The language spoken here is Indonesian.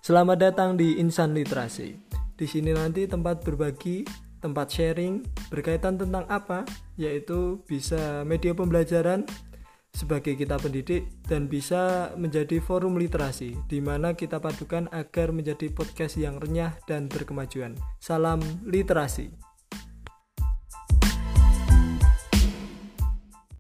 Selamat datang di Insan Literasi. Di sini nanti tempat berbagi, tempat sharing berkaitan tentang apa? Yaitu bisa media pembelajaran sebagai kita pendidik dan bisa menjadi forum literasi di mana kita padukan agar menjadi podcast yang renyah dan berkemajuan. Salam literasi.